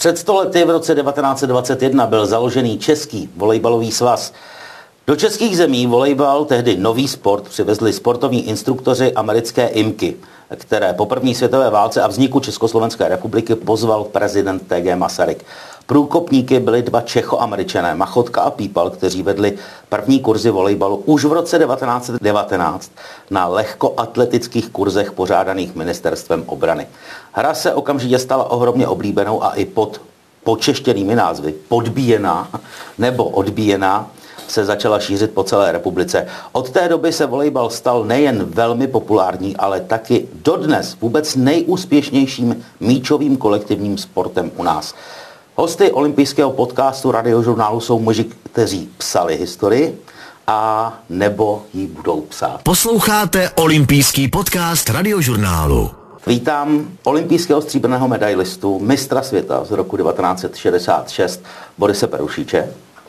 Před 100 lety v roce 1921 byl založený Český volejbalový svaz. Do českých zemí volejbal, tehdy nový sport, přivezli sportovní instruktoři americké IMKY, které po první světové válce a vzniku Československé republiky pozval prezident T.G. Masaryk. Průkopníky byli dva Čechoameričané, Machotka a Pípal, kteří vedli první kurzy volejbalu už v roce 1919 na lehkoatletických kurzech pořádaných ministerstvem obrany. Hra se okamžitě stala ohromně oblíbenou a i pod počeštěnými názvy Podbíjená nebo Odbíjená se začala šířit po celé republice. Od té doby se volejbal stal nejen velmi populární, ale taky dodnes vůbec nejúspěšnějším míčovým kolektivním sportem u nás. Hosty olympijského podcastu Radiožurnálu jsou muži, kteří psali historii a nebo ji budou psát. Posloucháte olympijský podcast Radiožurnálu. Vítám olympijského stříbrného medailistu, mistra světa z roku 1966 Borise Perušiče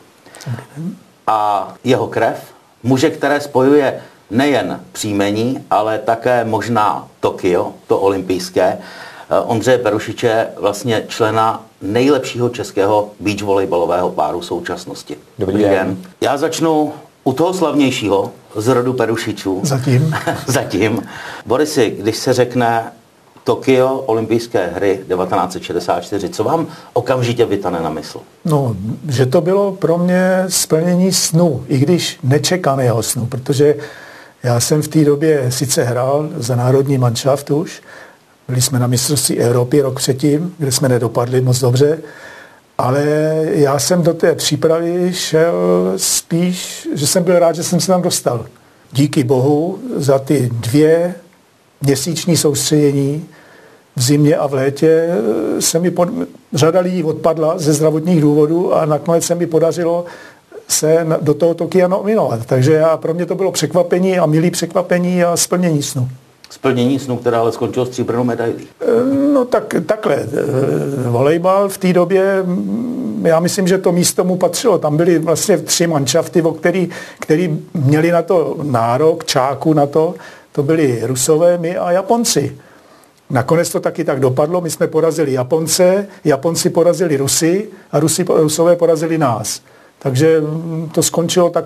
a jeho krev, muže, které spojuje nejen příjmení, ale také možná Tokio, to olympijské, Ondřeje Perušiče, vlastně člena nejlepšího českého beach volejbalového páru současnosti. Dobrý den. Já začnu u toho slavnějšího z rodu Perušičů. Zatím. Borisi, když se řekne Tokio, olympijské hry 1964, co vám okamžitě vytane na mysl? No, že to bylo pro mě splnění snu, i když nečekaného snu, protože já jsem v té době sice hrál za národní manšaft už, byli jsme na mistrovství Evropy rok předtím, kde jsme nedopadli moc dobře, ale já jsem do té přípravy šel spíš, že jsem byl rád, že jsem se tam dostal. Díky bohu za ty 2 měsíční soustředění v zimě a v létě se mi řada lidí odpadla ze zdravotních důvodů a nakonec se mi podařilo se do toho Tokia nominovat. Takže pro mě to bylo překvapení a milý překvapení a splnění snu. Splnění snu, která ale skončilo stříbrnou medailí. No takhle. Volejbal v té době, já myslím, že to místo mu patřilo. Tam byly vlastně 3 manšafty, který měli na to nárok, čáku na to. To byli Rusové, my a Japonci. Nakonec to taky tak dopadlo. My jsme porazili Japonce, Japonci porazili Rusy a Rusové porazili nás. Takže to skončilo tak,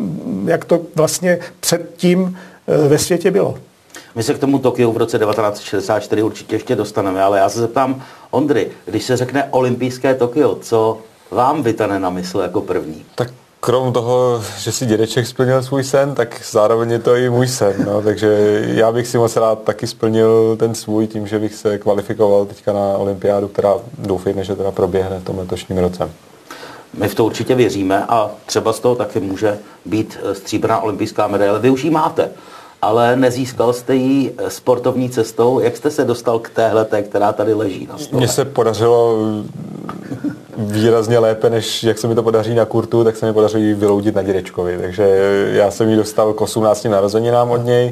jak to vlastně předtím ve světě bylo. My se k tomu Tokiu v roce 1964 určitě ještě dostaneme, ale já se zeptám Ondry, když se řekne olympijské Tokio, co vám vytane na mysl jako první? Tak krom toho, že si dědeček splnil svůj sen, tak zároveň je to i můj sen. No, takže já bych si moc rád taky splnil ten svůj tím, že bych se kvalifikoval teďka na olympiádu, která doufejme, že teda proběhne v tom letošním roce. My v to určitě věříme a třeba z toho taky může být stříbrná olympijská medaile. Vy už ji máte, ale nezískal jste ji sportovní cestou. Jak jste se dostal k téhleté, která tady leží na stole? Mně se podařilo výrazně lépe, než jak se mi to podaří na kurtu, tak se mi podařilo ji vyloudit na dědečkovi. Takže já jsem ji dostal k 18 narozeninám od něj.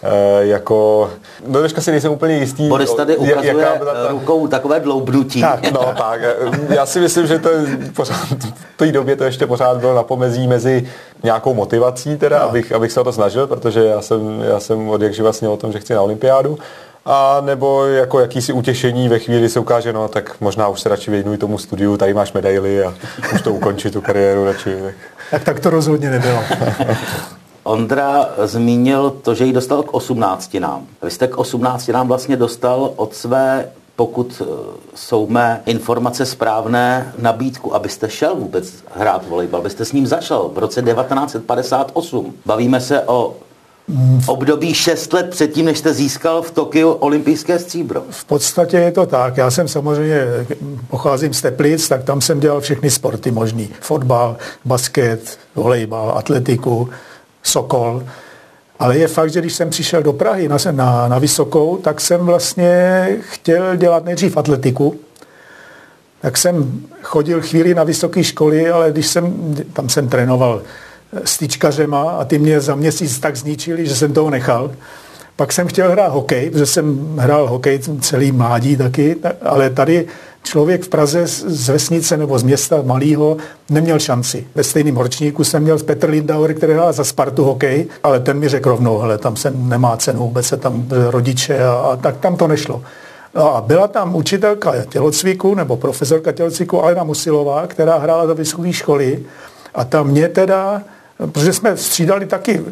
Do dneška si nejsem úplně jistý. Boris tady ukazuje rukou takové dloubnutí. Tak. Já si myslím, že to pořád, v té době to ještě pořád bylo na pomezí mezi nějakou motivací, teda, abych se o to snažil, protože já jsem od jak živa snil o tom, že chci na olympiádu. A nebo jako jakýsi utěšení ve chvíli se ukáže, no tak možná už se radši věnuj tomu studiu, tady máš medaily a už to ukončí tu kariéru radši. Tak to rozhodně nebylo. Ondra zmínil to, že ji dostal k 18. Vy jste k 18. vlastně dostal od své, pokud jsou mé informace správné, nabídku, abyste šel vůbec hrát volejbal, abyste s ním začal v roce 1958. Bavíme se o období 6 let předtím, než jste získal v Tokiu olympijské stříbro. V podstatě je to tak. Já jsem samozřejmě, pocházím z Teplic, tak tam jsem dělal všechny sporty možný. Fotbal, basket, volejbal, atletiku, sokol. Ale je fakt, že když jsem přišel do Prahy na Vysokou, tak jsem vlastně chtěl dělat nejdřív atletiku. Tak jsem chodil chvíli na vysoké školy, ale tam jsem trénoval s tyčkařema a ty mě za měsíc tak zničili, že jsem toho nechal. Pak jsem chtěl hrát hokej, protože jsem hrál hokej celý mládí taky, ale tady člověk v Praze z vesnice nebo z města malého neměl šanci. Ve stejném ročníku jsem měl Petr Lindauer, který hrál za Spartu hokej, ale ten mi řekl rovnou, hele, tam se nemá cenu, vůbec se tam rodiče a tak tam to nešlo. No a byla tam učitelka tělocviku, nebo profesorka tělocviku Alena Musilová, která hrála do vysoké školy a tam mě teda, protože jsme střídali taky,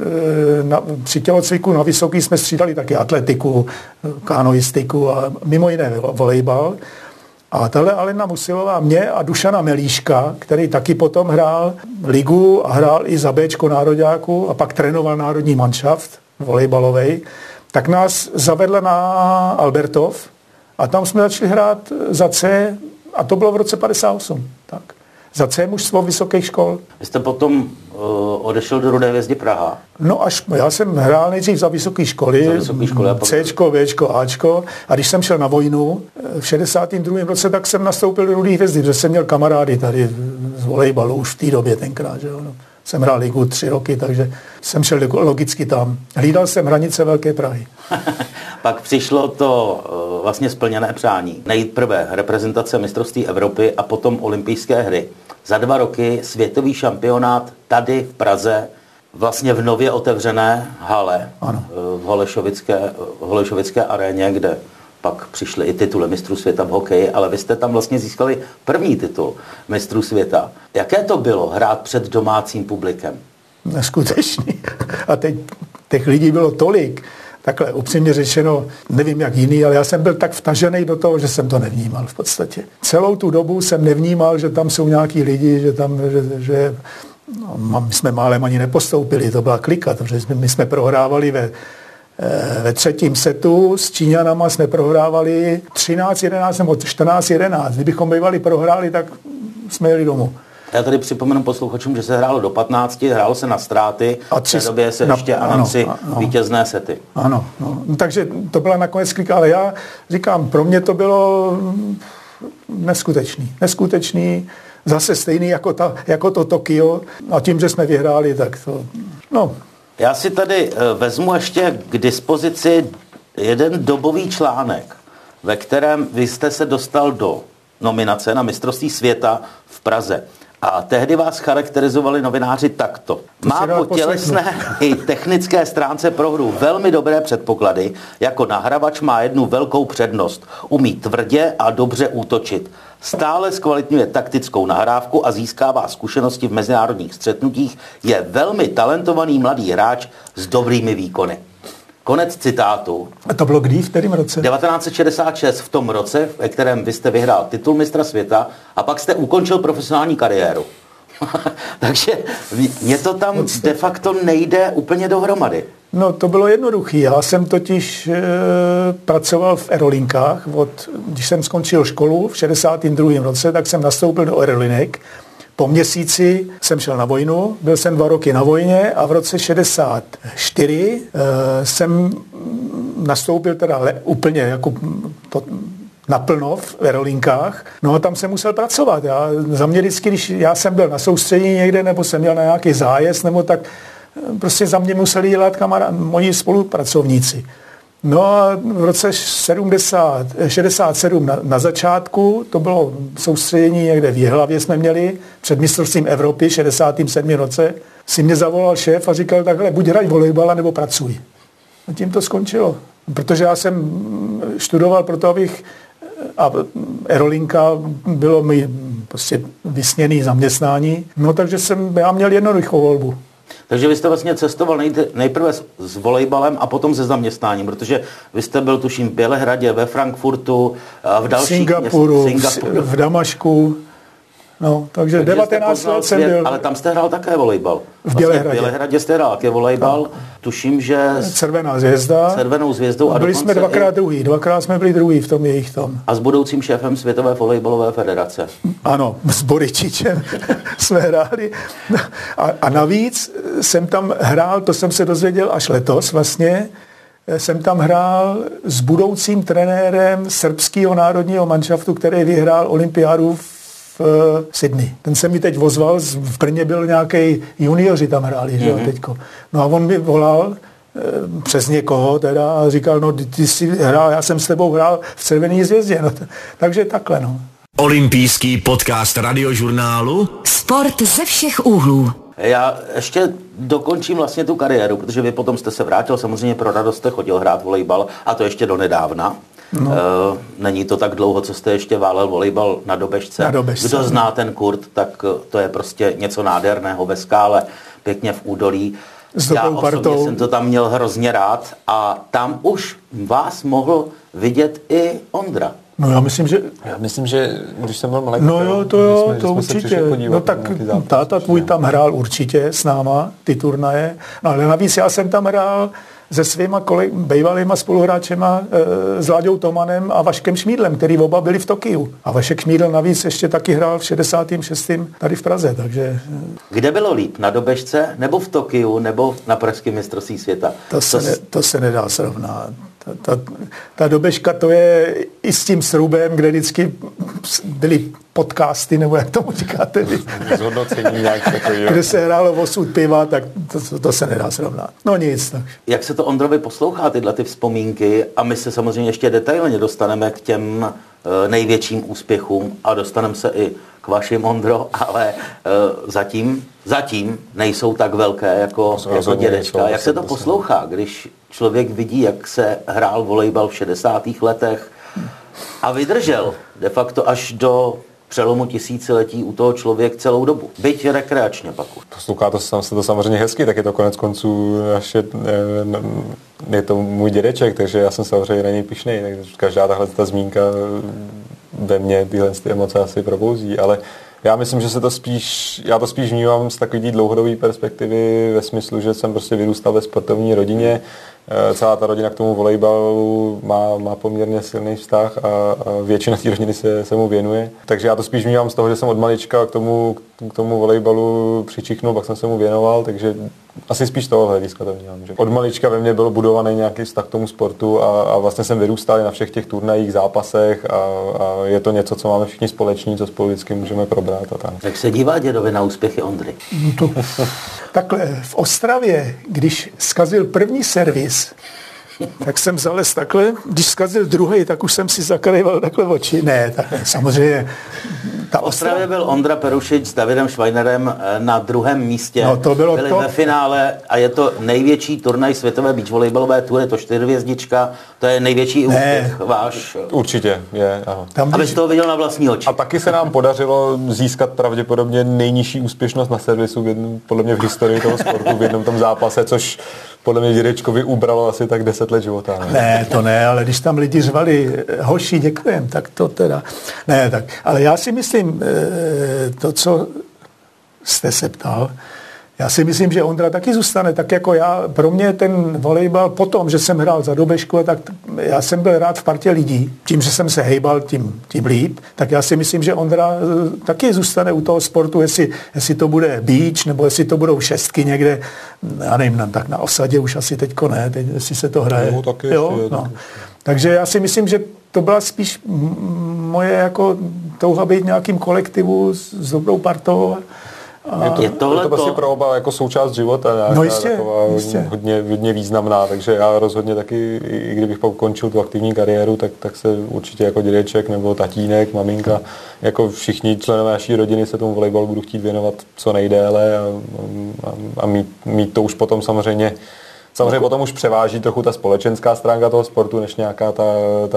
při tělocviku na vysoký jsme střídali taky atletiku, kanoistiku a mimo jiné volejbal. A tahle Alena Musilová mě a Dušana Melíška, který taky potom hrál ligu a hrál i za Bčko nároďáku a pak trénoval národní manšaft volejbalovej, tak nás zavedla na Albertov a tam jsme začali hrát za C a to bylo v roce 58. Tak. Za C mužstvo vysokých škol. Vy jste potom odešel do Rudé hvězdy Praha? No já jsem hrál nejdřív za vysoké školy, Cčko, Bčko, Ačko a když jsem šel na vojnu v 62. roce, tak jsem nastoupil do Rudé hvězdy, protože jsem měl kamarády tady z volejbalu už v té době tenkrát. Že? No. Jsem hrál ligu 3 roky, takže jsem šel logicky tam. Hlídal jsem hranice Velké Prahy. Pak přišlo to vlastně splněné přání. Nejprve reprezentace mistrovství Evropy a potom olympijské hry. Za 2 roky světový šampionát tady v Praze, vlastně v nově otevřené hale, ano. V Holešovické aréně, kde pak přišly i tituly mistrů světa v hokeji, ale vy jste tam vlastně získali první titul mistrů světa. Jaké to bylo hrát před domácím publikem? Neskutečný. A teď těch lidí bylo tolik. Takhle upřímně řečeno, nevím jak jiný, ale já jsem byl tak vtažený do toho, že jsem to nevnímal v podstatě. Celou tu dobu jsem nevnímal, že tam jsou nějaký lidi, že my jsme málem ani nepostoupili, to byla klika, protože my jsme prohrávali ve 3. setu s Číňanama jsme prohrávali 13-11 nebo 14-11. Kdybychom bývali prohráli, tak jsme jeli domů. Já tady připomenu posluchačům, že se hrálo do 15, hrálo se na ztráty, v té době se ještě na 3 vítězné sety. Ano, no, takže to byla nakonec klika, ale já říkám, pro mě to bylo neskutečný, zase stejný jako to Tokio a tím, že jsme vyhráli, tak to, no. Já si tady vezmu ještě k dispozici jeden dobový článek, ve kterém vy jste se dostal do nominace na mistrovství světa v Praze. A tehdy vás charakterizovali novináři takto. Má po tělesné i technické stránce pro hru velmi dobré předpoklady, jako nahrávač má jednu velkou přednost. Umí tvrdě a dobře útočit. Stále zkvalitňuje taktickou nahrávku a získává zkušenosti v mezinárodních střetnutích. Je velmi talentovaný mladý hráč s dobrými výkony. Konec citátu. A to bylo kdy? V kterém roce? 1966, v tom roce, ve kterém vy jste vyhrál titul mistra světa a pak jste ukončil profesionální kariéru. Takže mě to tam de facto nejde úplně dohromady. No to bylo jednoduché. Já jsem totiž pracoval v aerolinkách. Když jsem skončil školu v 62. roce, tak jsem nastoupil do aerolinek. Po měsíci jsem šel na vojnu, byl jsem 2 roky na vojně a v roce 64 jsem nastoupil teda úplně jako naplno v aerolinkách. No a tam jsem musel pracovat. Za mě vždycky, když já jsem byl na soustředění někde, nebo jsem měl na nějaký zájezd, nebo tak prostě za mě museli dělat moji spolupracovníci. No a v roce 67 na začátku, to bylo soustředění někde v Jihlavě jsme měli, před mistrovstvím Evropy, 67. roce, si mě zavolal šéf a říkal takhle, buď hraj volejbal, nebo pracuj. A tím to skončilo. Protože já jsem študoval proto, abych, a aerolinka bylo mi prostě vysněný zaměstnání, no takže já měl jednoduchou volbu. Takže vy jste vlastně cestoval nejprve s volejbalem a potom se zaměstnáním, protože vy jste byl tuším v Bělehradě, ve Frankfurtu, v dalších Singapuru, v Damašku. No, takže 19 let jsem byl. Ale tam jste hrál také volejbal. V Bělehradě. V Bělehradě jste hrál také volejbal. No. Tuším, že... Červenou zvězdou. A byli jsme dvakrát jsme byli druhý v tom jejich tom. A s budoucím šéfem Světové volejbalové federace. Ano, s Boričičem jsme hráli. A navíc jsem tam hrál, to jsem se dozvěděl až letos vlastně, jsem tam hrál s budoucím trenérem srbského národního manšaftu, který vyhrál olympiádu v Sydney. Ten se mi teď ozval, v Brně byl nějaký junioři tam hráli, že jo, teďko. No a on mi volal přes někoho teda a říkal, no ty jsi hrál, já jsem s tebou hrál v Červené zvězdě, no, takže takhle, no. Olympijský podcast Radiožurnálu. Sport ze všech úhlů. Já ještě dokončím vlastně tu kariéru, protože vy potom jste se vrátil, samozřejmě pro radost jste chodil hrát volejbal a to ještě donedávna. Není to tak dlouho, co jste ještě válel volejbal na Dobežce. Na Dobežce. Kdo zná ten kurt, tak to je prostě něco nádherného ve skále, pěkně v údolí. Já osobně jsem to tam měl hrozně rád a tam už vás mohl vidět i Ondra. No já myslím, že když jsem byl malý, no jo, to určitě. No tak táta tvůj tam hrál určitě s náma ty turnaje. No ale navíc já jsem tam hrál se svýma bývalýma spoluhráčema s Láďou Tomanem a Vaškem Šmídlem, který oba byli v Tokiu. A Vašek Šmídl navíc ještě taky hrál v 66. tady v Praze, takže... Kde bylo líp? Na Dobežce, nebo v Tokiu, nebo na pražském mistrovství světa? To se nedá srovnat. Ta Dobežka, to je i s tím srubem, kde vždycky byly podcasty, nebo jak tomu říkáte vy. Zhodnocení nějak takový. Kde se hrálo osud piva, tak to se nedá srovnat. No nic. Tak. Jak se to Ondrovi poslouchá, tyhle ty vzpomínky, a my se samozřejmě ještě detailně dostaneme k těm největším úspěchům a dostaneme se i k vašim, Ondro, ale zatím nejsou tak velké jako dědečka. Jak se to poslouchá, když člověk vidí, jak se hrál volejbal v 60. letech a vydržel de facto až do přelomu tisíciletí u toho člověk celou dobu. Byť rekreačně pak už. Poslouchá se to samozřejmě hezky, tak je to konec konců je to můj dědeček, takže já jsem samozřejmě na něj pyšnej, takže každá tahle ta zmínka ve mně tyhle emoce asi probouzí, ale já myslím, že já to spíš vnímám z takové dlouhodobé perspektivy ve smyslu, že jsem prostě vyrůstal ve sportovní rodině. Celá ta rodina k tomu volejbalu má poměrně silný vztah a většina té rodiny se mu věnuje. Takže já to spíš vnímám z toho, že jsem od malička k tomu volejbalu přičichnul, pak jsem se mu věnoval, takže asi spíš toho hlediska to vnímám. Že od malička ve mně byl budovaný nějaký vztah k tomu sportu a vlastně jsem vyrůstal na všech těch turnajích, zápasech a je to něco, co máme všichni společný, co spolu vždycky můžeme probrat. A tak. Jak se dívá dědovi na úspěchy Ondry? Takhle, v Ostravě, když zkazil první servis, tak jsem zalez takhle, když zkazil druhý, tak už jsem si zakrýval takhle oči. Ne, tak samozřejmě. V Ostravě byl Ondra Perušič s Davidem Schweinerem na druhém místě. No, to bylo byli ve finále a je to největší turnaj světové beach volejbalové tury, je to 4hvězdička, to je největší úspěch váš. Určitě je. Abys toho viděl na vlastní oči. A taky se nám podařilo získat pravděpodobně nejnižší úspěšnost na servisu podle mě v historii toho sportu v jednom tom zápase, což podle mě dědečkovi ubralo asi tak 10 let života. Ne, to ne, ale když tam lidi řvali, hoši, děkujem, tak to teda. Ne, tak. Ale já si myslím, to, co jste se ptal, já si myslím, že Ondra taky zůstane, tak jako já. Pro mě ten volejbal potom, že jsem hrál za Dobežku, tak já jsem byl rád v partě lidí. Tím, že jsem se hejbal, tím líp. Tak já si myslím, že Ondra taky zůstane u toho sportu, jestli to bude beach, nebo jestli to budou šestky někde, já nevím, tak na Osadě už asi teďko ne, jestli se to hraje. No, taky no. Takže já si myslím, že to byla spíš moje jako touha být nějakým kolektivu s dobrou partou. Je to prostě pro oba jako součást života, no jistě. Hodně významná, takže já rozhodně taky, i kdybych pak končil tu aktivní kariéru, tak se určitě jako dědeček nebo tatínek, maminka, jako všichni členové naší rodiny se tomu volejbalu budu chtít věnovat co nejdéle a mít to už potom samozřejmě potom už převáží trochu ta společenská stránka toho sportu, než nějaká ta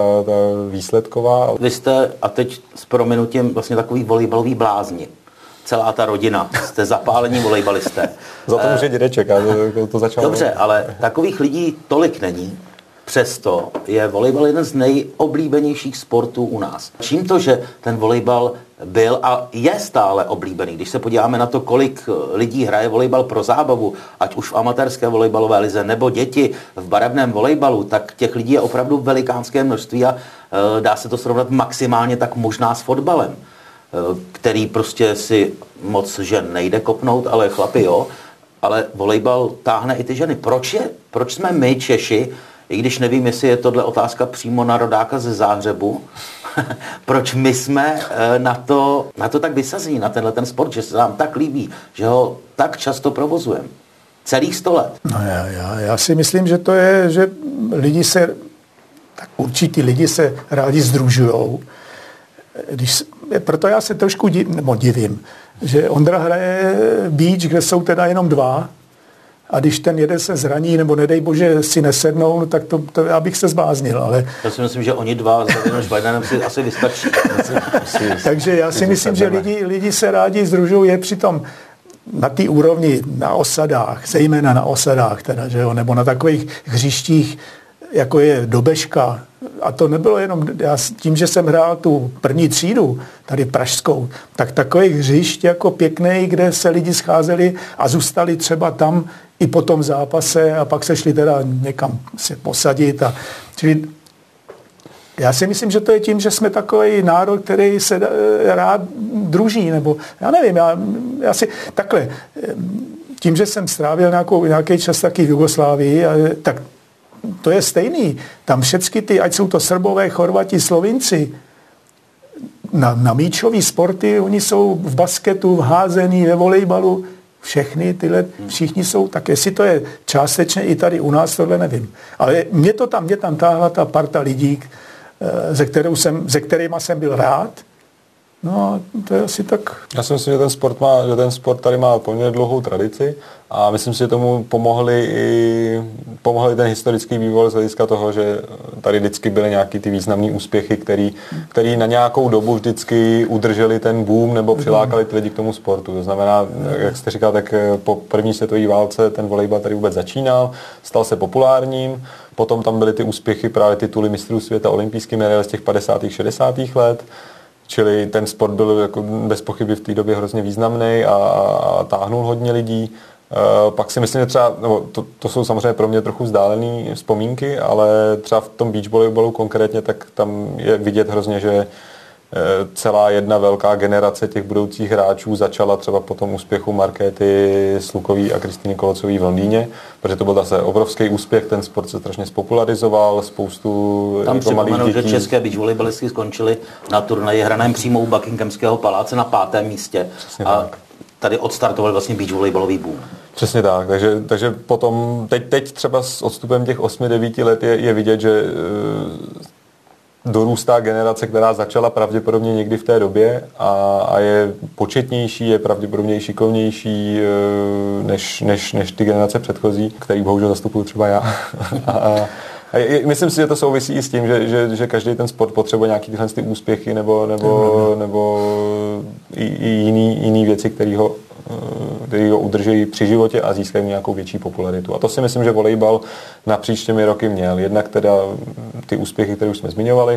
výsledková. Vy jste, a teď s prominutím, vlastně takový volejbalový blázni. Celá ta rodina, jste zapálení volejbalisté. Za to může dědeček, to začalo. Dobře, ale takových lidí tolik není. Přesto je volejbal jeden z nejoblíbenějších sportů u nás. Čím to, že ten volejbal byl a je stále oblíbený? Když se podíváme na to, kolik lidí hraje volejbal pro zábavu, ať už v amatérské volejbalové lize nebo děti v barevném volejbalu, tak těch lidí je opravdu velikánské množství a dá se to srovnat maximálně tak možná s fotbalem, který prostě si moc žen nejde kopnout, ale chlapi jo, ale volejbal táhne i ty ženy. Proč jsme my Češi, i když nevím, jestli je tohle otázka přímo na rodáka ze Záhřebu, proč my jsme na to tak vysazení, na tenhle ten sport, že se nám tak líbí, že ho tak často provozujeme. Celých 100 let. No já si myslím, že to je, že určitý lidi se rádi sdružujou. Proto já se trošku divím, že Ondra hraje beach, kde jsou teda jenom dva a když ten jeden se zraní, nebo nedej bože si nesednou, no, tak to já bych se zbláznil. Ale... Já si myslím, že oni dva s Davidem Švajdarem si asi vystačí. Takže já si myslím, že lidi se rádi sdružují, je přitom na té úrovni, na osadách, zejména na osadách, teda, že jo, nebo na takových hřištích, jako je Dobeška. A to nebylo jenom, já tím, že jsem hrál tu první třídu, tady pražskou, tak takových hřišť jako pěkný, kde se lidi scházeli a zůstali třeba tam i po tom zápase a pak se šli teda někam se posadit. Čili já si myslím, že to je tím, že jsme takový národ, který se rád druží, nebo já nevím, já si takhle, tím, že jsem strávil nějaký čas taky v Jugoslávii, tak to je stejný. Tam všechny ty, ať jsou to Srbové, Chorvati, Slovinci, na míčový sporty, oni jsou v basketu, v házení, ve volejbalu, všichni jsou, tak jestli to je částečně i tady u nás, tohle nevím. Ale mě tam táhla ta parta lidí, se kterýma jsem byl rád. No, to je asi tak. Já si myslím, že ten sport tady má poměrně dlouhou tradici a myslím si, že tomu pomohli ten historický vývoj z hlediska toho, že tady vždycky byly nějaký ty významné úspěchy, který na nějakou dobu vždycky udrželi ten boom nebo přilákali ty lidi k tomu sportu. To znamená, jak jste říkal, tak po první světové válce ten volejbal tady vůbec začínal, stal se populárním, potom tam byly ty úspěchy, právě tituly mistrů světa, olympijské medaile z těch 50. 60. let. Čili ten sport byl jako bez pochyby v té době hrozně významný a táhnul hodně lidí. Pak si myslím, že třeba, to jsou samozřejmě pro mě trochu vzdálené vzpomínky, ale třeba v tom beach volleyballu konkrétně, tak tam je vidět hrozně, že celá jedna velká generace těch budoucích hráčů začala třeba po tom úspěchu Markéty Slukový a Kristýny Kolocový v Londýně, protože to byl zase obrovský úspěch, ten sport se strašně spopularizoval, spoustu tam jako malých dětí. Že české beach volejbalistky skončily na turnaji hraném přímo u Buckinghamského paláce na 5. místě. Přesně a tak. Tady odstartoval vlastně beach volejbalový boom. Přesně tak, takže potom, teď třeba s odstupem těch 8-9 let je vidět, že dorůstá generace, která začala pravděpodobně někdy v té době a je početnější, je pravděpodobně šikovnější než ty generace předchozí, který bohužel zastupuju třeba já. A myslím si, že to souvisí i s tím, že každý ten sport potřebuje nějaký tyhle ty úspěchy nebo i jiný věci, které ho udrží při životě a získají nějakou větší popularitu. A to si myslím, že volejbal napříč těmi roky měl. Jednak teda ty úspěchy, které už jsme zmiňovali,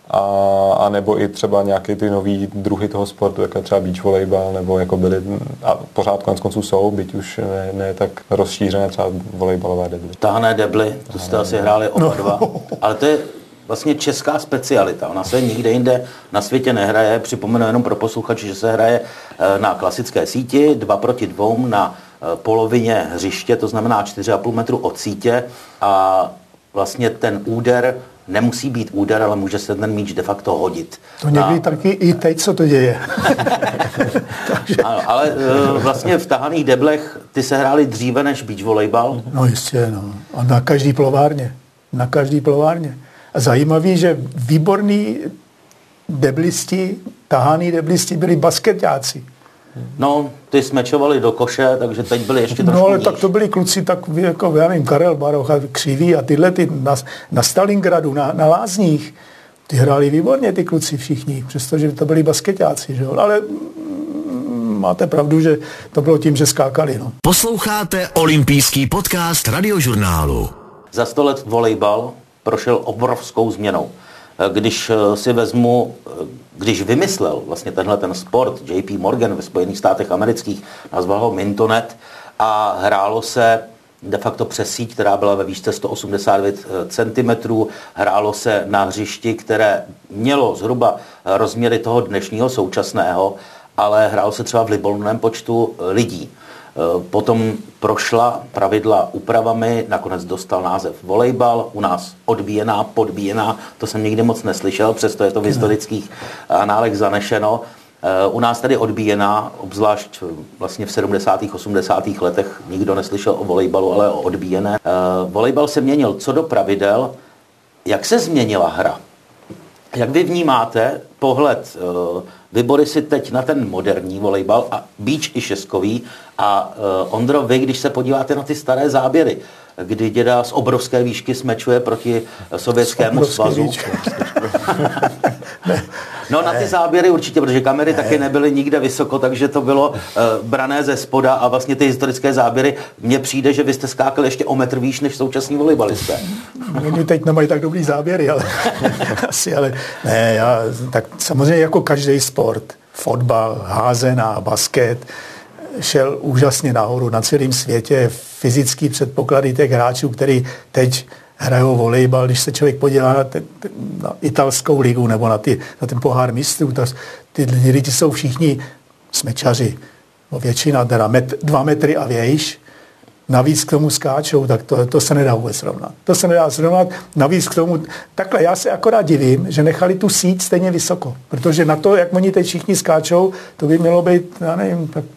a nebo i třeba nějaké ty nový druhy toho sportu, jako třeba beach volejbal, nebo jako byly, a pořád koneckonců jsou, byť už ne tak rozšířené třeba volejbalové debly. Tahané debly, to jste asi hráli oba dva, ale to je vlastně česká specialita. Ona se nikde jinde na světě nehraje. Připomenu jenom pro posluchače, že se hraje na klasické síti 2 proti 2 na polovině hřiště, to znamená 4,5 metru od sítě a vlastně ten úder nemusí být úder, ale může se ten míč de facto hodit. To někdy taky i teď, co to děje. Ano, ale vlastně v tahaných deblech ty se hráli dříve než beach volejbal? No jistě, no. A na každý plovárně. A zajímavý, že výborní deblisti, tahaný deblisti byli basketáci. No, ty smečovali do koše, takže teď byli ještě trošku No, ale níž. tak to byli kluci, tak jako, já nevím, Karel Baroch a Křivý a tyhle ty na Stalingradu, na Lázních, ty hráli výborně, ty kluci všichni, přestože to byli basketáci, že jo, ale máte pravdu, že to bylo tím, že skákali, no. Posloucháte olympijský podcast Radiožurnálu. Za 100 let volejbal prošel obrovskou změnou. Když vymyslel vlastně tenhle ten sport JP Morgan ve Spojených státech amerických, nazval ho Mintonet a hrálo se de facto přes síť, která byla ve výšce 189 cm, hrálo se na hřišti, které mělo zhruba rozměry toho dnešního současného, ale hrálo se třeba v libovolném počtu lidí. Potom prošla pravidla úpravami, nakonec dostal název volejbal, u nás odbíjená, podbíjená, to jsem nikdy moc neslyšel, přesto je to v historických análech zanešeno. U nás tedy odbíjená, obzvlášť vlastně v 70. 80. letech nikdo neslyšel o volejbalu, ale o odbíjené. Volejbal se měnil co do pravidel. Jak se změnila hra? Jak vy vnímáte pohled Vybory si teď na ten moderní volejbal a beach i šeskový a Ondro, vy, když se podíváte na ty staré záběry, kdy děda z obrovské výšky smečuje proti Sovětskému svazu. No na ty záběry určitě, protože kamery taky nebyly nikde vysoko, takže to bylo brané ze spoda a vlastně ty historické záběry, mně přijde, že vy jste skákali ještě o metr výš než současní volejbalisté. Oni teď nemají tak dobrý záběry, ale ale ne, tak samozřejmě jako každý sport, fotbal, házená, basket, šel úžasně nahoru na celém světě, fyzický předpoklady těch hráčů, který teď hrajou volejbal, když se člověk podívá na italskou ligu nebo na ten pohár mistrů, ty lidi jsou všichni smečaři, většina teda 2 metry a vějš, navíc k tomu skáčou, tak to se nedá vůbec srovnat. To se nedá srovnat, navíc k tomu, takhle já se akorát divím, že nechali tu síť stejně vysoko, protože na to, jak oni teď všichni skáčou, to by mělo být, já nevím, tak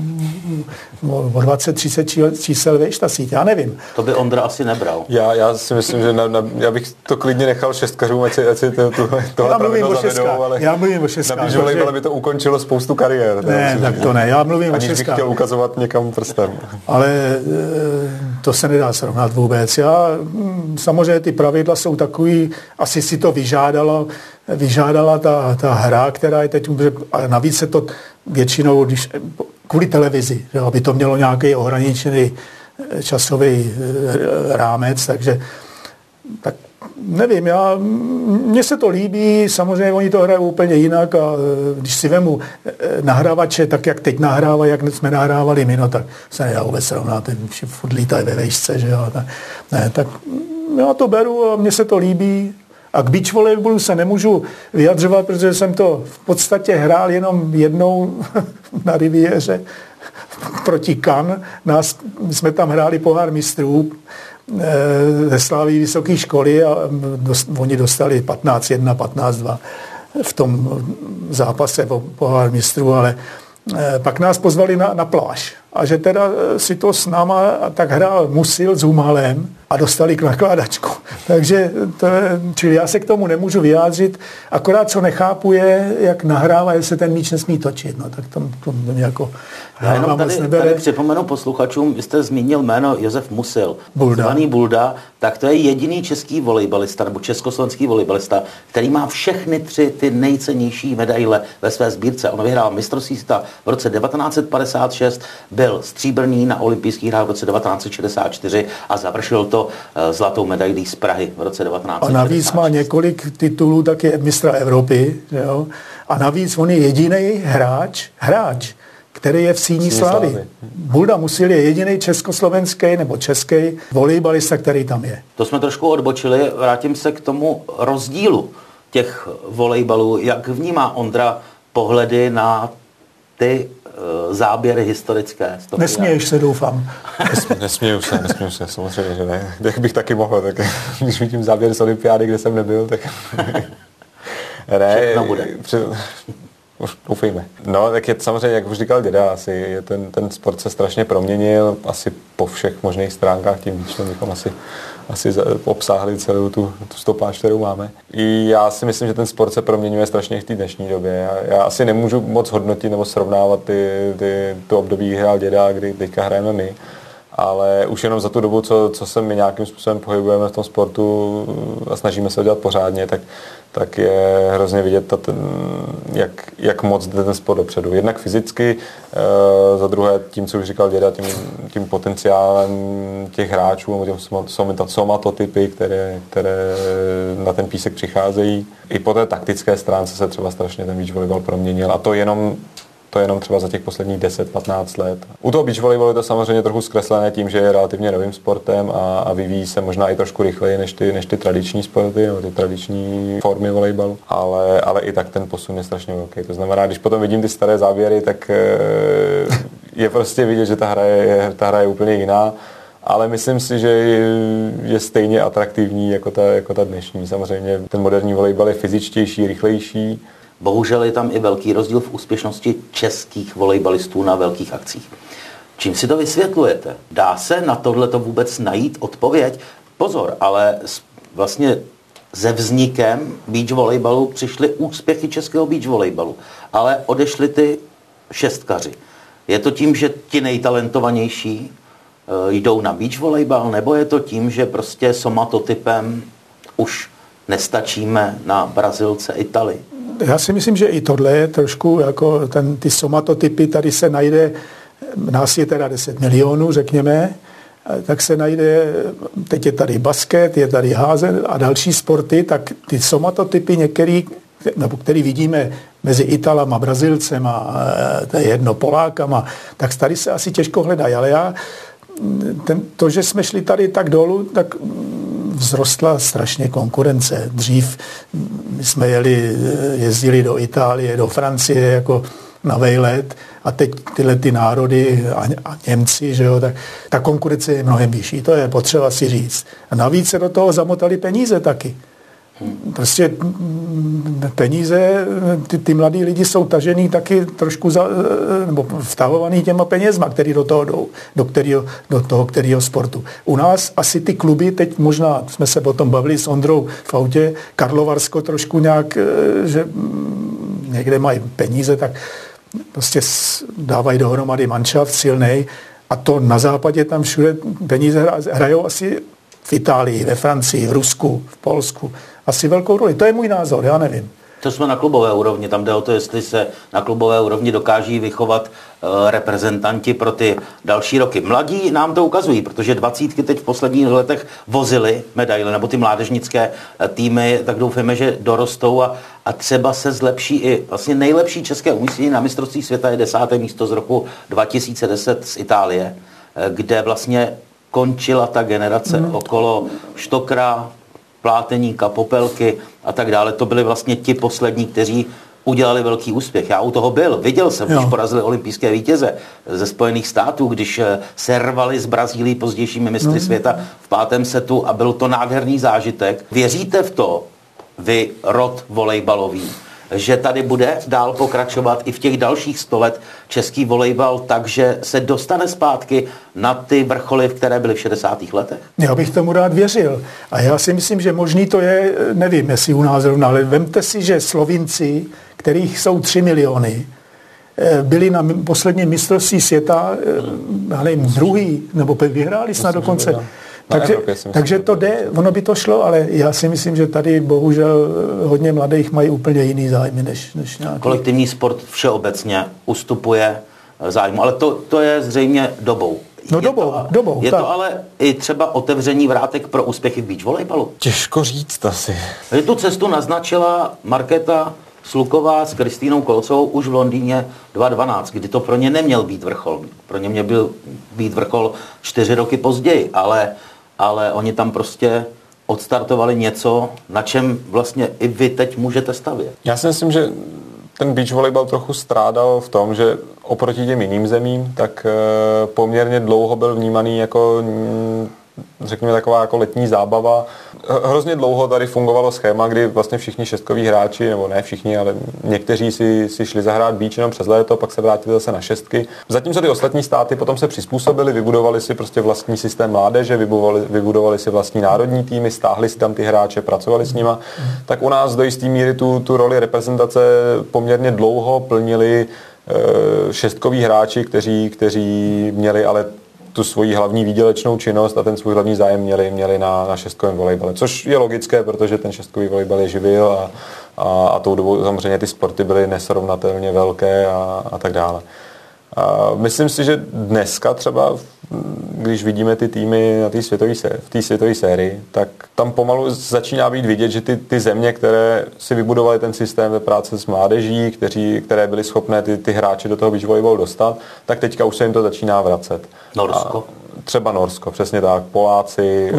o 20-30 čísel výš ta síť, já nevím. To by Ondra asi nebral. Já si myslím, že já bych to klidně nechal šestkařům, ať si tohle pravidlo zavedou, ale já mluvím o šestkách. Na beach by to ukončilo spoustu kariér. Ne, tak to ne, já mluvím o šestkách. Aniž bych chtěl ukazovat někam prstem. Ale to se nedá srovnat vůbec. Samozřejmě ty pravidla jsou takový, asi si to vyžádala ta hra, která je teď, a navíc se to většinou, kvůli televizi, že aby to mělo nějaký ohraničený časový rámec, takže tak nevím, mně se to líbí, samozřejmě oni to hrají úplně jinak a když si vemu nahrávače, tak jak teď nahrávají, jak jsme nahrávali my, no tak se nedá vůbec srovnat, ten furt lítají ve vejšce, že jo, tak já to beru a mně se to líbí. A k beach volejbalu se nemůžu vyjadřovat, protože jsem to v podstatě hrál jenom jednou na Riviéře proti Cannes. My jsme tam hráli pohár mistrů ze Slavii vysoké školy a oni dostali 15-1, 15-2 v tom zápase o pohár mistrů, ale pak nás pozvali na pláž. A že teda si to s náma tak hrál Musil s Humalem a dostali k nakládačku. Takže čili já se k tomu nemůžu vyjádřit, akorát co nechápu je, jak nahrává, jestli ten míč nesmí točit. No tak to mě jako já jenom tady připomenu posluchačům, vy jste zmínil jméno Josef Musil, zvaný Bulda, tak to je jediný český volejbalista, nebo československý volejbalista, který má všechny 3 ty nejcennější medaile ve své sbírce. On vyhrál mistrovství světa v roce 1956, byl stříbrný na olympijských hrách v roce 1964 a završil to zlatou medailí z Prahy v roce 1966. A navíc má několik titulů taky mistra Evropy, jo? A navíc on je jediný hráč, který je v Síni slávy. Bulda Musil je jediný československý nebo český volejbalista, který tam je. To jsme trošku odbočili, vrátím se k tomu rozdílu těch volejbalů. Jak vnímá Ondra pohledy na ty záběry historické? Nesměješ se, doufám. Nesměju se, samozřejmě, že ne. Jak bych taky mohl, tak když vidím záběry z olympiády, kde jsem nebyl, tak ne, doufejme. No, tak je samozřejmě, jak už říkal děda, asi ten sport se strašně proměnil, asi po všech možných stránkách, tím víc, bychom asi obsáhli celou tu stopáž, kterou máme. I já si myslím, že ten sport se proměňuje strašně v té dnešní době. Já asi nemůžu moc hodnotit nebo srovnávat to období, kdy hrál děda, kdy teďka hrajeme my. Ale už jenom za tu dobu, co se my nějakým způsobem pohybujeme v tom sportu a snažíme se ho dělat pořádně, tak je hrozně vidět, jak moc jde ten sport dopředu. Jednak fyzicky, za druhé tím, co už říkal děda, tím potenciálem těch hráčů, nebo somatotypy, které na ten písek přicházejí. I po té taktické stránce se třeba strašně ten beach volejbal proměnil. A to jenom třeba za těch posledních 10-15 let. U toho beach volejbalu je to samozřejmě trochu zkreslené tím, že je relativně novým sportem a vyvíjí se možná i trošku rychleji než ty tradiční sporty, nebo ty tradiční formy volejbalu, ale i tak ten posun je strašně velký. To znamená, když potom vidím ty staré záběry, tak je prostě vidět, že ta hra je úplně jiná. Ale myslím si, že je stejně atraktivní jako ta dnešní. Samozřejmě ten moderní volejbal je fyzičtější, rychlejší. Bohužel je tam i velký rozdíl v úspěšnosti českých volejbalistů na velkých akcích. Čím si to vysvětlujete? Dá se na tohleto vůbec najít odpověď? Pozor, ale vlastně se vznikem beach volejbalu přišly úspěchy českého beach volejbalu, ale odešli ty šestkaři. Je to tím, že ti nejtalentovanější jdou na beach volejbal, nebo je to tím, že prostě somatotypem už nestačíme na Brazilce, Itali? Já si myslím, že i tohle je trošku jako ty somatotypy, tady se najde, nás je teda 10 milionů, řekněme, tak se najde, teď je tady basket, je tady házen a další sporty, tak ty somatotypy některý, nebo který vidíme mezi Italama, Brazilcema, to je jedno, Polákama, tak tady se asi těžko hledají, ale já to, že jsme šli tady tak dolů, tak vzrostla strašně konkurence. Dřív my jsme jezdili do Itálie, do Francie jako na vejlet a teď tyhle ty národy a Němci, že jo, tak ta konkurence je mnohem vyšší, to je potřeba si říct. A navíc se do toho zamotali peníze taky. Prostě peníze, ty mladí lidi jsou tažený taky trošku nebo vtahovaný těma penězma, který do toho jdou, do toho kterého sportu. U nás asi ty kluby, teď možná jsme se potom bavili s Ondrou v autě, Karlovarsko trošku nějak, že někde mají peníze, tak prostě dávají dohromady manšaft silnej a to na západě tam všude peníze hrajou asi v Itálii, ve Francii, v Rusku, v Polsku. Asi velkou roli. To je můj názor, já nevím. To jsme na klubové úrovni, tam jde o to, jestli se na klubové úrovni dokáží vychovat reprezentanti pro ty další roky. Mladí nám to ukazují, protože 20 teď v posledních letech vozili medaile, nebo ty mládežnické týmy, tak doufáme, že dorostou a třeba se zlepší i vlastně nejlepší české umístění na mistrovství světa je 10. místo z roku 2010 z Itálie, kde vlastně končila ta generace okolo Štokra, Pláteníka, Popelky a tak dále. To byli vlastně ti poslední, kteří udělali velký úspěch. Já u toho byl, viděl jsem, když porazili olympijské vítěze ze Spojených států, když se rvali s Brazílií pozdějšími mistry světa v 5. setu a byl to nádherný zážitek. Věříte v to, vy rod volejbalový, že tady bude dál pokračovat i v těch dalších 100 let český volejbal, takže se dostane zpátky na ty vrcholy, které byly v 60. letech? Já bych tomu rád věřil. A já si myslím, že možný to je, nevím, jestli u nás zrovna, ale vemte si, že Slovinci, kterých jsou 3 miliony, byli na posledním mistrovství světa, já nevím, druhý, nebo vyhráli snad dokonce. Takže to jde, ono by to šlo, ale já si myslím, že tady bohužel hodně mladých mají úplně jiný zájmy než nějaký. Kolektivní sport všeobecně ustupuje zájmu, ale to je zřejmě dobou. No dobou. Je to ale i třeba otevření vrátek pro úspěchy v beach volejbalu? Těžko říct asi. Tu cestu naznačila Markéta Sluková s Kristýnou Kolcovou už v Londýně 2012, kdy to pro ně neměl být vrchol. Pro ně měl být vrchol 4 roky později, ale oni tam prostě odstartovali něco, na čem vlastně i vy teď můžete stavět. Já si myslím, že ten beach volejbal trochu strádal v tom, že oproti těm jiným zemím, tak poměrně dlouho byl vnímaný jako, řekněme, taková jako letní zábava. Hrozně dlouho tady fungovalo schéma, kdy vlastně všichni šestkoví hráči, nebo ne všichni, ale někteří si šli zahrát beach jenom přes léto, pak se vrátili zase na šestky. Zatímco ty ostatní státy potom se přizpůsobili, vybudovali si prostě vlastní systém mládeže, vybudovali si vlastní národní týmy, stáhli si tam ty hráče, pracovali s nima. Tak u nás do jistý míry tu roli reprezentace poměrně dlouho plnili šestkoví hráči, kteří měli ale tu svoji hlavní výdělečnou činnost a ten svůj hlavní zájem měli na šestkovém volejbale. Což je logické, protože ten šestkový volejbal je živil a tou dobou samozřejmě ty sporty byly nesrovnatelně velké a tak dále. A myslím si, že dneska třeba, když vidíme ty týmy na v té světové sérii, tak tam pomalu začíná být vidět, že ty země, které si vybudovaly ten systém ve práci s mládeží, které byly schopné ty hráče do toho beach volleyballu dostat, tak teďka už se jim to začíná vracet. Norsko. Třeba Norsko, přesně tak, Poláci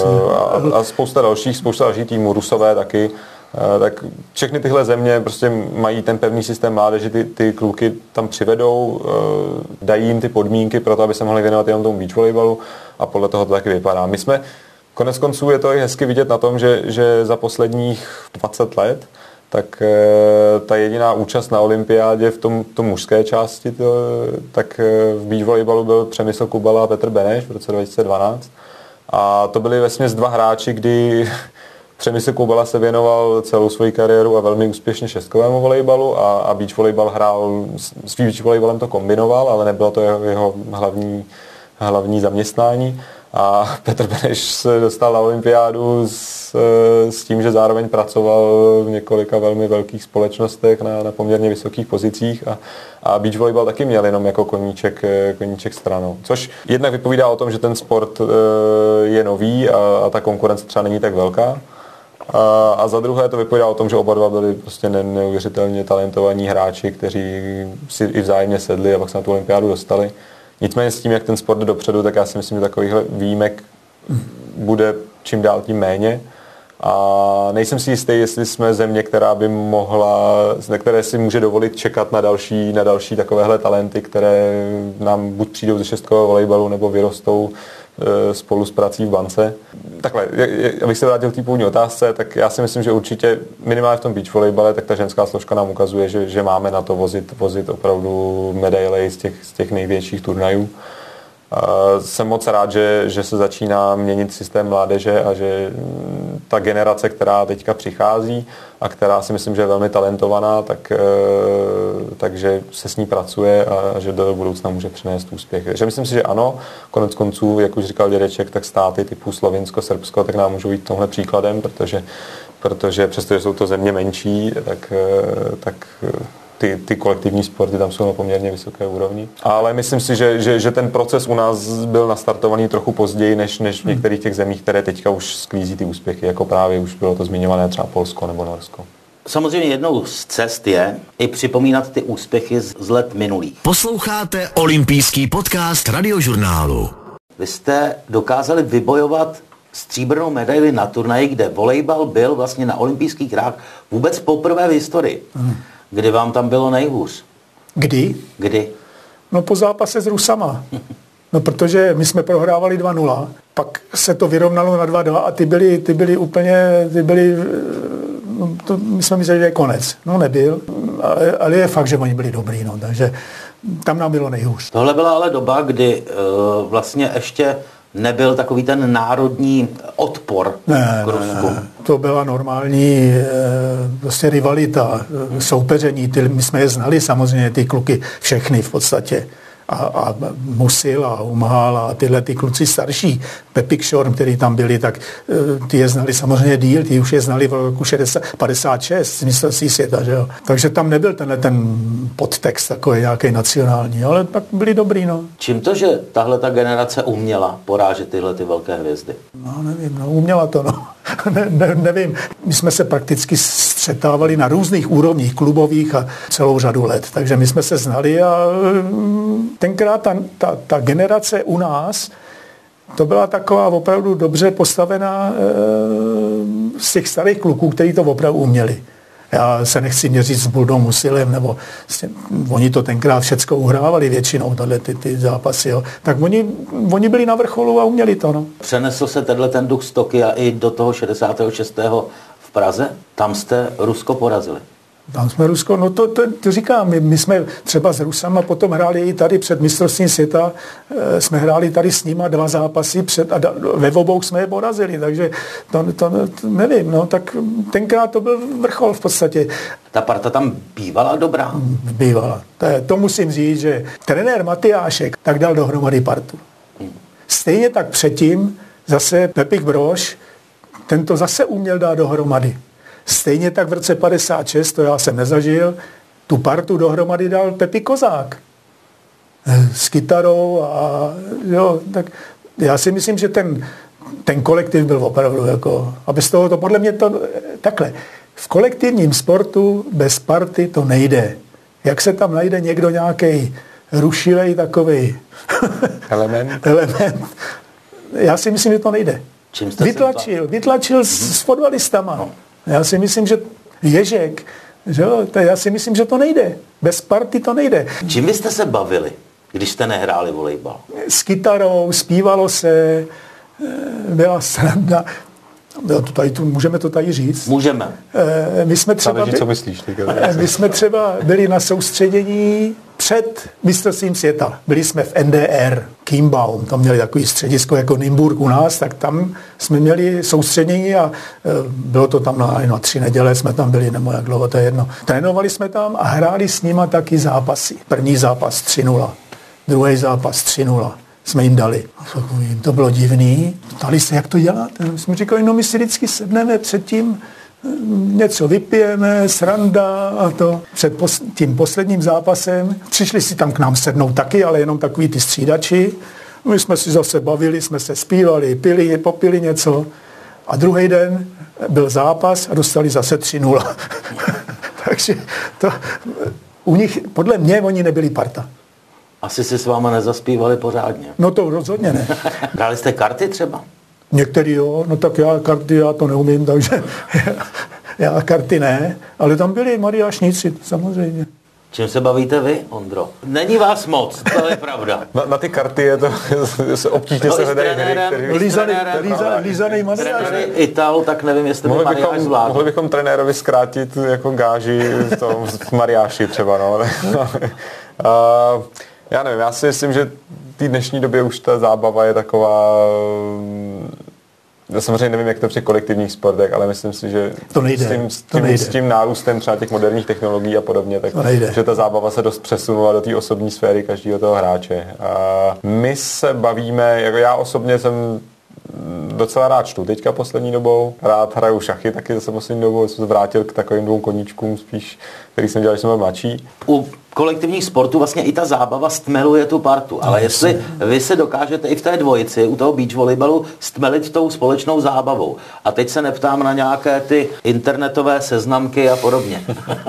a spousta dalších týmů, Rusové taky. Tak všechny tyhle země prostě mají ten pevný systém mládeže, ty kluky tam přivedou, dají jim ty podmínky pro to, aby se mohli věnovat jenom tomu beach volleyballu a podle toho to taky vypadá. My jsme, konec konců je to i hezky vidět na tom, že za posledních 20 let tak ta jediná účast na olympiádě v tom mužské části, tak v beach volleyballu byl Přemysl Kubala a Petr Beneš v roce 2012 a to byli vesměs 2 hráči, kdy Přemysl Koubala se věnoval celou svoji kariéru a velmi úspěšně šestkovému volejbalu a beach volejbal hrál, s beach volejbalem to kombinoval, ale nebylo to jeho hlavní zaměstnání. A Petr Beneš se dostal na olympiádu s tím, že zároveň pracoval v několika velmi velkých společnostech na poměrně vysokých pozicích a beach volejbal taky měl jenom jako koníček stranou. Což jednak vypovídá o tom, že ten sport je nový a ta konkurence třeba není tak velká. A za druhé to vypovídá o tom, že oba dva byli prostě neuvěřitelně talentovaní hráči, kteří si i vzájemně sedli a pak se na tu olympiádu dostali. Nicméně s tím, jak ten sport jde dopředu, tak já si myslím, že takovýchhle výjimek bude čím dál tím méně. A nejsem si jistý, jestli jsme země, která by mohla, na které si může dovolit čekat na další takovéhle talenty, které nám buď přijdou ze šestkového volejbalu nebo vyrostou spolu s prací v bance. Takhle, abych se vrátil k té původní otázce, tak já si myslím, že určitě minimálně v tom beach volejbale, tak ta ženská složka nám ukazuje, že máme na to vozit opravdu medaile z těch největších turnajů. Jsem moc rád, že se začíná měnit systém mládeže a že ta generace, která teďka přichází a která si myslím, že je velmi talentovaná, takže se s ní pracuje a že do budoucna může přinést úspěch. Takže myslím si, že ano, konec konců, jak už říkal dědeček, tak státy typu Slovinsko, Srbsko, tak nám můžou jít tomhle příkladem, protože přestože jsou to země menší, tak ty kolektivní sporty tam jsou na poměrně vysoké úrovni. Ale myslím si, že ten proces u nás byl nastartovaný trochu později, než v některých těch zemích, které teďka už sklízí ty úspěchy, jako právě už bylo to zmiňované třeba Polsko nebo Norsko. Samozřejmě jednou z cest je i připomínat ty úspěchy z let minulých. Posloucháte olympijský podcast Radiožurnálu. Vy jste dokázali vybojovat stříbrnou medaili na turnaji, kde volejbal byl vlastně na olympijských hrách vůbec poprvé v historii. Kdy vám tam bylo nejhůř? Kdy? No po zápase s Rusama. No protože my jsme prohrávali 2-0, pak se to vyrovnalo na 2-2 a ty byli úplně, my jsme mysleli, že je konec. No nebyl, ale je fakt, že oni byli dobrý, no, takže tam nám bylo nejhůř. Tohle byla ale doba, kdy vlastně ještě nebyl takový ten národní odpor k Rusku. Ne. To byla normální prostě rivalita, soupeření. My jsme je znali samozřejmě, ty kluky všechny v podstatě. A Musil a Umhal a tyhle ty kluci starší, Pepik Šorm, který tam byli, tak ty je znali samozřejmě díl, ty už je znali v roku 56 z mistrovství světa, že jo. Takže tam nebyl ten podtext takový nějaký nacionální, ale tak byli dobrý, no. Čím to, že tahle ta generace uměla porážet tyhle ty velké hvězdy? No nevím, no uměla to, no. Nevím, my jsme se prakticky střetávali na různých úrovních klubových a celou řadu let, takže my jsme se znali a tenkrát ta generace u nás, to byla taková opravdu dobře postavená z těch starých kluků, kteří to opravdu uměli. Já se nechci měřit s Buldou Musilem, nebo oni to tenkrát všecko uhrávali většinou, ty zápasy. Jo. Tak oni byli na vrcholu a uměli to. No. Přenesl se ten duch z Tokia i do toho 66. v Praze? Tam jste Rusko porazili. Tam jsme Rusko, no to říkám, my jsme třeba s Rusama potom hráli i tady před mistrovstvím světa, jsme hráli tady s nima 2 zápasy a ve obou jsme je porazili, takže to nevím, no, tak tenkrát to byl vrchol v podstatě. Ta parta tam bývala dobrá? Bývala. To musím říct, že trenér Matyášek tak dal dohromady partu. Stejně tak předtím zase Pepik Brož, ten to zase uměl dát dohromady. Stejně tak v roce 56, to já jsem nezažil, tu partu dohromady dal Pepi Kozák. S kytarou a jo, tak já si myslím, že ten kolektiv byl opravdu jako, a bez toho to podle mě to takhle. V kolektivním sportu bez party to nejde. Jak se tam najde někdo nějaký rušilej takovej element, já si myslím, že to nejde. Vytlačil s fotbalistama. No. Já si myslím, že Ježek, že jo, já si myslím, že to nejde. Bez party to nejde. Čím vy jste se bavili, když jste nehráli volejbal? S kytarou, zpívalo se, byla sranda. Můžeme to tady říct? Můžeme. Co myslíš? My jsme třeba byli na soustředění před mistrovstvím světa. Byli jsme v NDR, Chiembaum, tam měli takový středisko jako Nymburk u nás, tak tam jsme měli soustředění a bylo to tam na 3 neděle, jsme tam byli, nebo jak dlouho, to je jedno. Trénovali jsme tam a hráli s nima taky zápasy. První zápas 3-0, druhý zápas 3-0. Jsme jim dali. To bylo divný. Ptali se, jak to děláte. Jsme říkali, no my si vždycky sedneme předtím, něco vypijeme, sranda a to. Před tím posledním zápasem přišli si tam k nám sednout taky, ale jenom takový ty střídači. My jsme si zase bavili, jsme se zpívali, pili, popili něco. A druhý den byl zápas a dostali zase 3-0. Takže to, u nich, podle mě, oni nebyli parta. Asi si s váma nezaspívali pořádně. No to rozhodně ne. Hráli jste karty třeba? Některý jo, no tak já to neumím, takže já karty ne, ale tam byli mariášníci, samozřejmě. Čím se bavíte vy, Ondro? Není vás moc, to je pravda. Na ty karty je to obtížně se hledají hry, Lízanej mariáš. Ital, tak nevím, jestli by mariáš zvládl. Mohli bychom trenérovi zkrátit jako gáži v mariáši třeba, no. Já nevím, já si myslím, že v té dnešní době už ta zábava je taková... Já samozřejmě nevím, jak to při kolektivních sportech, ale myslím si, že s tím nárůstem třeba těch moderních technologií a podobně, tak že ta zábava se dost přesunula do té osobní sféry každého toho hráče. A my se bavíme, jako já osobně jsem docela rád čtu teďka poslední dobou, rád hraju šachy taky zase poslední dobou, jsem se vrátil k takovým 2 koníčkům spíš, který jsem dělal, když jsem byl mladší. U kolektivních sportů vlastně i ta zábava stmeluje tu partu, ale jestli vy se dokážete i v té dvojici u toho beach volejbalu stmelit tou společnou zábavou. A teď se neptám na nějaké ty internetové seznamky a podobně.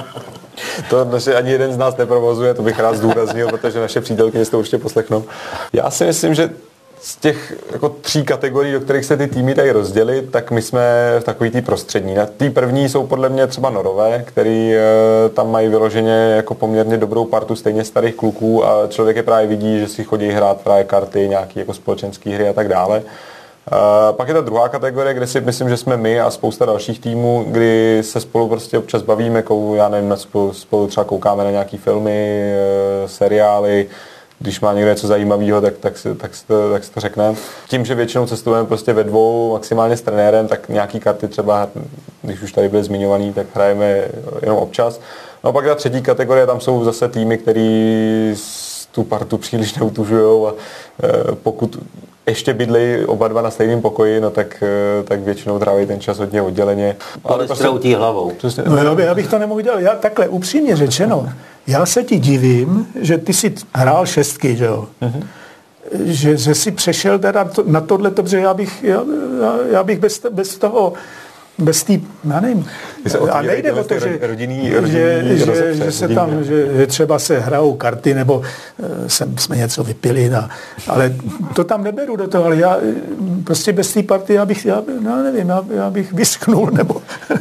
To naše ani jeden z nás neprovozuje, to bych rád zdůraznil, protože naše přítelkyně si to určitě poslechnou. Já si myslím, že z těch jako 3 kategorií, do kterých se ty týmy dají rozdělit, tak my jsme v takový tý prostřední. Na tý první jsou podle mě třeba Norové, který tam mají vyloženě jako poměrně dobrou partu stejně starých kluků a člověk je právě vidí, že si chodí hrát právě karty, nějaké jako společenské hry a tak dále. Pak je ta druhá kategorie, kde si myslím, že jsme my a spousta dalších týmů, kdy se spolu prostě občas bavíme, já nevím, spolu třeba koukáme na nějaký filmy, seriály. Když má někdo něco zajímavého, tak si to řekneme. Tím, že většinou cestujeme prostě ve 2, maximálně s trenérem, tak nějaký karty třeba, když už tady byly zmiňovaný, tak hrajeme jenom občas. No a pak ta třetí kategorie, tam jsou zase týmy, který tu partu příliš neutužujou a pokud ještě bydlejí oba dva na stejném pokoji, no tak většinou tráví ten čas hodně odděleně. Ale prostě hlavou. No já bych to nemohl dělat. Já takhle upřímně řečeno, já se ti divím, že ty si hrál 6, že jo? Uh-huh. Že si přešel teda na tohle, protože já bych bez toho, bez té, já nevím, a nejde o to, že se tam, že třeba se hrajou karty, nebo jsme něco vypili, ale to tam neberu do toho, ale já prostě bez té party, já bych vyschnul, nebo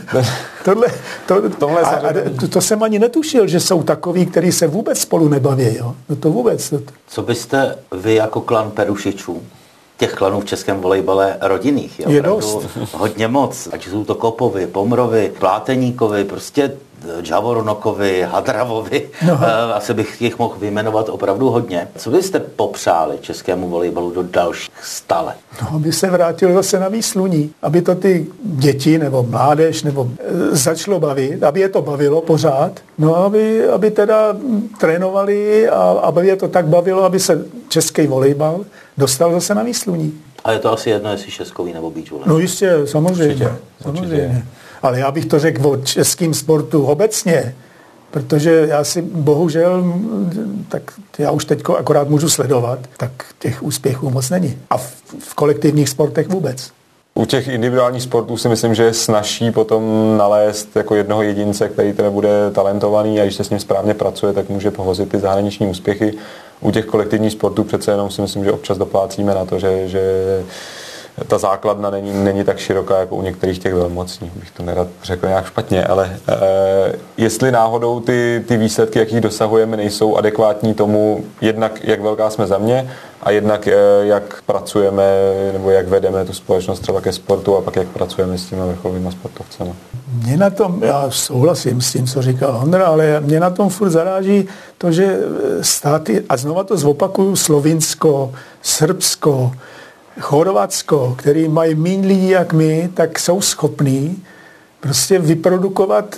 to jsem ani netušil, že jsou takoví, kteří se vůbec spolu nebaví, jo? No to vůbec. Co byste vy jako klan Perušičů, těch klanů v českém volejbale rodinných je dost. Hodně moc. Ať jsou to Kopovi, Pomrovi, Pláteníkovi, prostě Džavornokovi, Hadravovi. No. Asi bych jich mohl vyjmenovat opravdu hodně. Co byste popřáli českému volejbalu do dalších 100 let? No, aby se vrátil zase na výsluní. Aby to ty děti nebo mládež nebo začalo bavit, aby je to bavilo pořád. No, aby teda trénovali a aby je to tak bavilo, aby se český volejbal dostal zase na výsluní. A je to asi jedno, jestli šestkový nebo beach volejbal. No jistě, samozřejmě. Samozřejmě. Ale já bych to řekl o českém sportu obecně, protože já si bohužel, tak já už teď akorát můžu sledovat, tak těch úspěchů moc není. A v kolektivních sportech vůbec. U těch individuálních sportů si myslím, že je snazší potom nalézt jako jednoho jedince, který teda bude talentovaný a když se s ním správně pracuje, tak může povozit ty zahraniční úspěchy. U těch kolektivních sportů přece jenom si myslím, že občas doplácíme na to, že ta základna není tak široká jako u některých těch velmocní, bych to nerad řekl nějak špatně, ale jestli náhodou ty výsledky, jakých dosahujeme, nejsou adekvátní tomu, jednak jak velká jsme země a jednak jak pracujeme nebo jak vedeme tu společnost třeba ke sportu a pak jak pracujeme s těmi vrcholovými sportovcemi. Mě na tom, já souhlasím s tím, co říkal Ondra, ale mě na tom furt zaráží to, že státy, a znova to zopakuju, Slovinsko, Srbsko, Chorvatsko, který mají méně lidí jak my, tak jsou schopní prostě vyprodukovat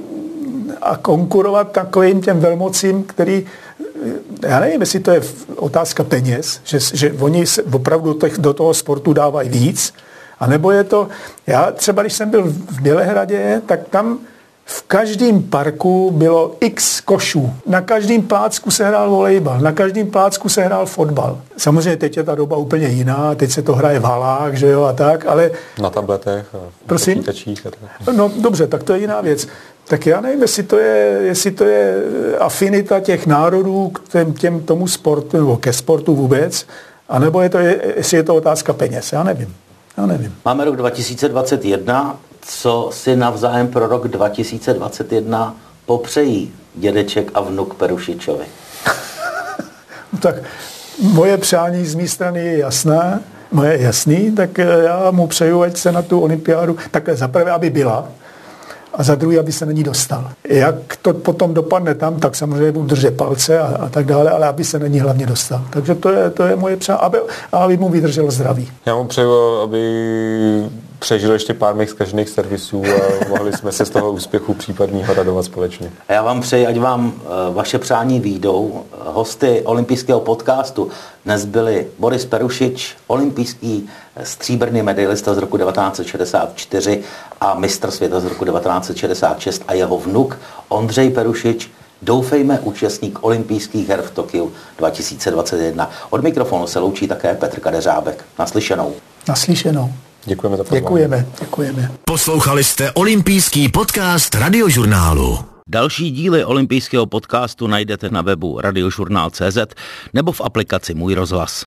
a konkurovat takovým těm velmocím, který, já nevím, jestli to je otázka peněz, že oni opravdu do toho sportu dávají víc, a nebo je to, já třeba, když jsem byl v Bělehradě, tak tam v každém parku bylo x košů. Na každém plácku se hrál volejbal, na každém plácku se hrál fotbal. Samozřejmě teď je ta doba úplně jiná, teď se to hraje v halách, že jo, a tak, ale... Na tabletech a počítačích. No dobře, tak to je jiná věc. Tak já nevím, jestli to je afinita těch národů k tomu sportu, nebo ke sportu vůbec, anebo jestli je to otázka peněz, já nevím. Máme rok 2021, co si navzájem pro rok 2021 popřejí dědeček a vnuk Perušičovi? Tak moje přání z mé strany je jasná, moje jasný, tak já mu přeju, ať se na tu olympiádu, takhle zaprvé, aby byla, a za druhý, aby se na ní dostal. Jak to potom dopadne tam, tak samozřejmě budu držet palce a tak dále, ale aby se na ní hlavně dostal. Takže to je moje přání, aby mu vydrželo zdraví. Já mu přeju, aby přežil ještě pár mexických servisů a mohli jsme se z toho úspěchu případného radovat společně. A já vám přeji, ať vám vaše přání výjdou. Hosty olympijského podcastu dnes byli Boris Perušič, olympijský stříbrný medailista z roku 1964 a mistr světa z roku 1966 a jeho vnuk Ondřej Perušič, doufejme účastník olympijských her v Tokiu 2021. Od mikrofonu se loučí také Petr Kadeřábek. Naslyšenou. Naslyšenou. Děkujeme za pozvání. Děkujeme. Poslouchali jste olympijský podcast Radiožurnálu. Další díly olympijského podcastu najdete na webu radiožurnál.cz nebo v aplikaci Můj rozhlas.